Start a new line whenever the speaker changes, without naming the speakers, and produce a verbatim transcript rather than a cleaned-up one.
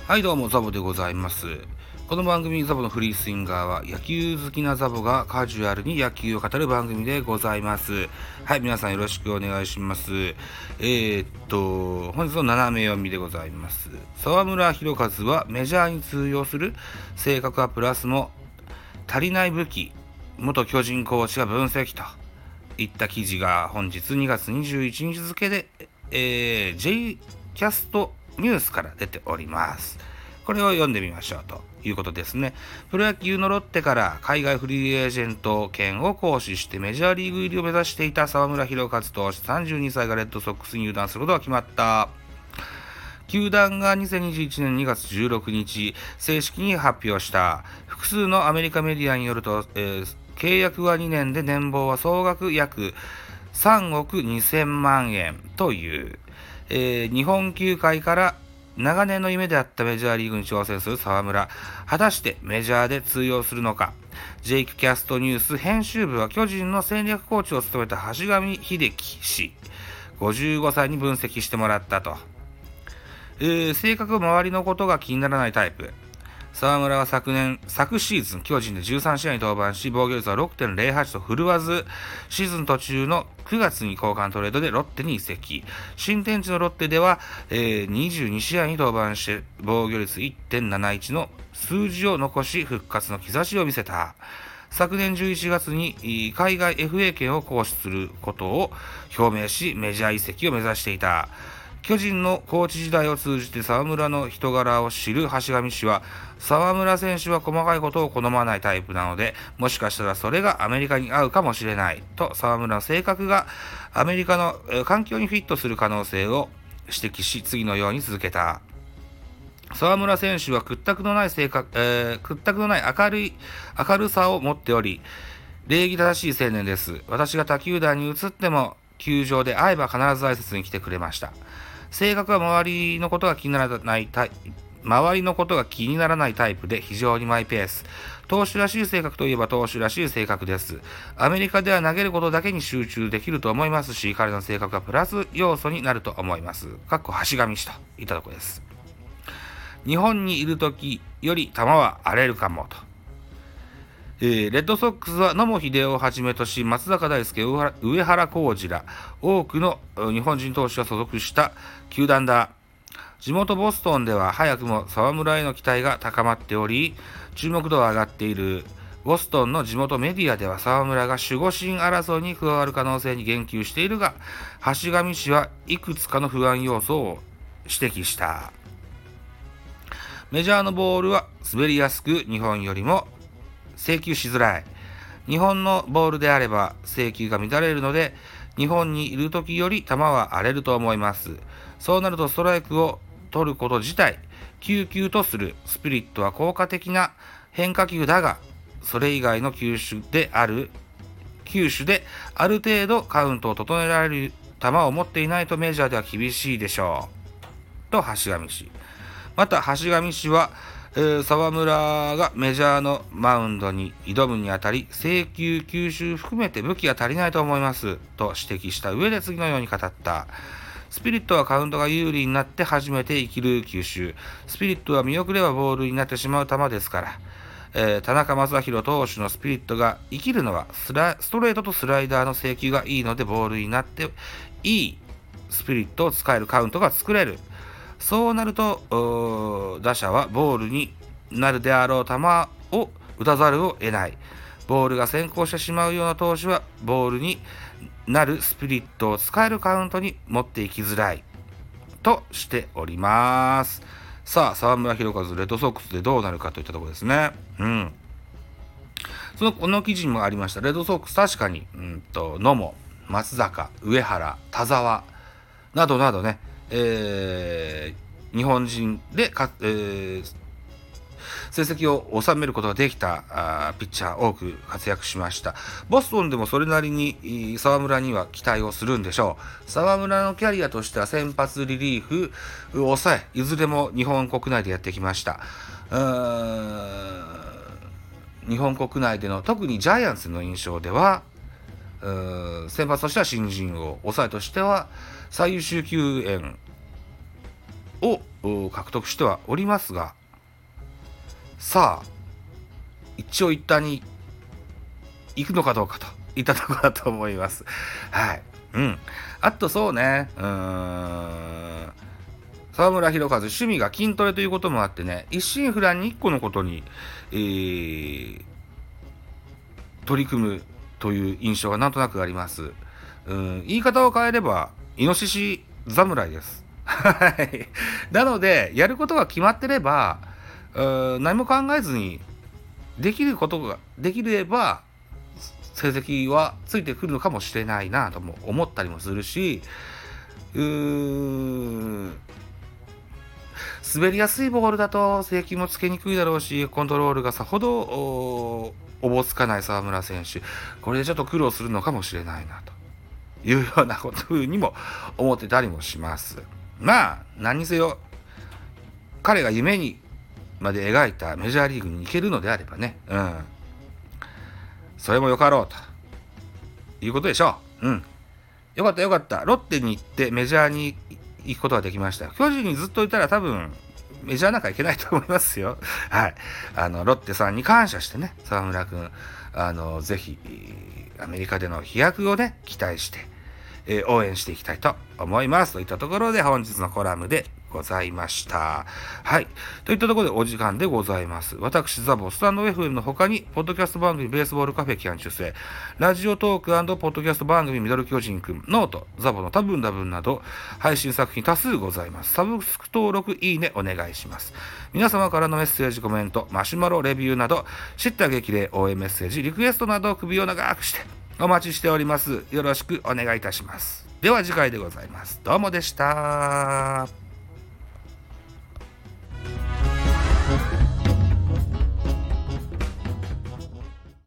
はいどうもザボでございます。この番組ザボのフリースインガーは野球好きなザボがカジュアルに野球を語る番組でございます。はい、皆さんよろしくお願いします。えー、っと本日の斜め読みでございます。沢村弘和はメジャーに通用する性格はプラスも足りない武器、元巨人コーチが分析といった記事が本日にがつにじゅういちにち付で、えー、J キャストニュースから出ております。これを読んでみましょうということですね。プロ野球のロッテから海外フリーエージェント権を行使してメジャーリーグ入りを目指していた沢村弘和投手さんじゅうにさいがレッドソックスに入団することが決まった。球団がにせんにじゅういちねんにがつじゅうろくにち正式に発表した。複数のアメリカメディアによると、えー、契約はにねんで年俸は総額約さんおくにせんまんえんという、えー、日本球界から長年の夢であったメジャーリーグに挑戦する沢村。果たしてメジャーで通用するのか。ジェイクキャストニュース編集部は巨人の戦略コーチを務めた橋上秀樹氏ごじゅうごさいに分析してもらったと。えー、性格周りのことが気にならないタイプ。沢村は昨年、昨シーズン、巨人でじゅうさんしあいに登板し、防御率は ろくてんぜろはち と振るわず、シーズン途中のくがつに交換トレードでロッテに移籍。新天地のロッテでは、えー、にじゅうにしあいに登板して、防御率 いってんなないち の数字を残し、復活の兆しを見せた。昨年じゅういちがつに海外 エフエー 権を行使することを表明し、メジャー移籍を目指していた。巨人のコーチ時代を通じて沢村の人柄を知る橋上氏は、沢村選手は細かいことを好まないタイプなので、もしかしたらそれがアメリカに合うかもしれないと、沢村の性格がアメリカの環境にフィットする可能性を指摘し、次のように続けた。沢村選手は屈託のない性格、えー、屈託のない明るい明るさを持っており、礼儀正しい青年です。私が他球団に移っても球場で会えば必ず挨拶に来てくれました。性格は周りのことが気にならないタイプ、周りのことが気にならないタイプで非常にマイペース。投手らしい性格といえば投手らしい性格です。アメリカでは投げることだけに集中できると思いますし、彼の性格はプラス要素になると思います。かっこ橋上氏といったところです。日本にいるときより球は荒れるかもと。えー、レッドソックスは野茂英雄をはじめとし、松坂大輔、上原浩二ら多くの日本人投手が所属した球団だ。地元ボストンでは早くも沢村への期待が高まっており、注目度は上がっている。ボストンの地元メディアでは沢村が守護神争いに加わる可能性に言及しているが、橋上氏はいくつかの不安要素を指摘した。メジャーのボールは滑りやすく、日本よりも制球しづらい。日本のボールであれば制球が乱れるので、日本にいる時より球は荒れると思います。そうなるとストライクを取ること自体球球とする。スピリットは効果的な変化球だが、それ以外の球種である球種である程度カウントを整えられる球を持っていないとメジャーでは厳しいでしょうと橋上氏。また橋上氏は、えー、沢村がメジャーのマウンドに挑むにあたり、制球、球種含めて武器が足りないと思いますと指摘した上で次のように語った。スピリットはカウントが有利になって初めて生きる球種。スピリットは見送ればボールになってしまう球ですから。えー、田中将大投手のスピリットが生きるのはスラストレートとスライダーの制球がいいので、ボールになっていいスピリットを使えるカウントが作れる。そうなると打者はボールになるであろう球を打たざるを得ない。ボールが先行してしまうような投手はボールになるスピリットを使えるカウントに持っていきづらいとしております。さあ、沢村弘和レッドソックスでどうなるかといったところですね。うん。そのこの記事にもありました。レッドソックス確かにうんと野茂、松坂、上原、田澤などなどね、えー、日本人でか、えー、成績を収めることができたあピッチャー多く活躍しました。ボストンでもそれなりに沢村には期待をするんでしょう。沢村のキャリアとしては先発リリーフ抑えいずれも日本国内でやってきました。うーん日本国内での特にジャイアンツの印象では、うーん先発としては新人王、抑えとしては最優秀救援を獲得してはおりますが、さあ一応一旦に行くのかどうかといったところだと思います。はい。うん。あとそうね、うーん。沢村博和、趣味が筋トレということもあってね、一心不乱に一個のことに、えー、取り組むという印象がなんとなくあります。うん、言い方を変えれば、イノシシ侍です。はい。なので、やることが決まってれば、うん、何も考えずに、できることができれば、成績はついてくるのかもしれないなとも思ったりもするし、うーん、滑りやすいボールだと制球もつけにくいだろうし、コントロールがさほどおぼつかない沢村選手、これでちょっと苦労するのかもしれないなというようなことにも思ってたりもします。まあ何にせよ彼が夢にまで描いたメジャーリーグに行けるのであればね、うん、それもよかろうということでしょう。うん。よかったよかった。ロッテに行ってメジャーに行くことができました。巨人にずっといたら多分メジャーなんか行けないと思いますよ。はい。あの、ロッテさんに感謝してね、沢村くん、あの、ぜひ、アメリカでの飛躍をね、期待して、えー、応援していきたいと思います。といったところで本日のコラムでございました。はい。といったところでお時間でございます。私、ザボ、スタンド エフエム の他に、ポッドキャスト番組、ベースボールカフェ期間中世、ラジオトーク&ポッドキャスト番組、ミドル巨人くん、ノート、ザボの多分多分など、配信作品多数ございます。サブスク登録、いいね、お願いします。皆様からのメッセージ、コメント、マシュマロ、レビューなど、知った激励、応援メッセージ、リクエストなど、首を長くして、お待ちしております。よろしくお願いいたします。では次回でございます。どうもでした。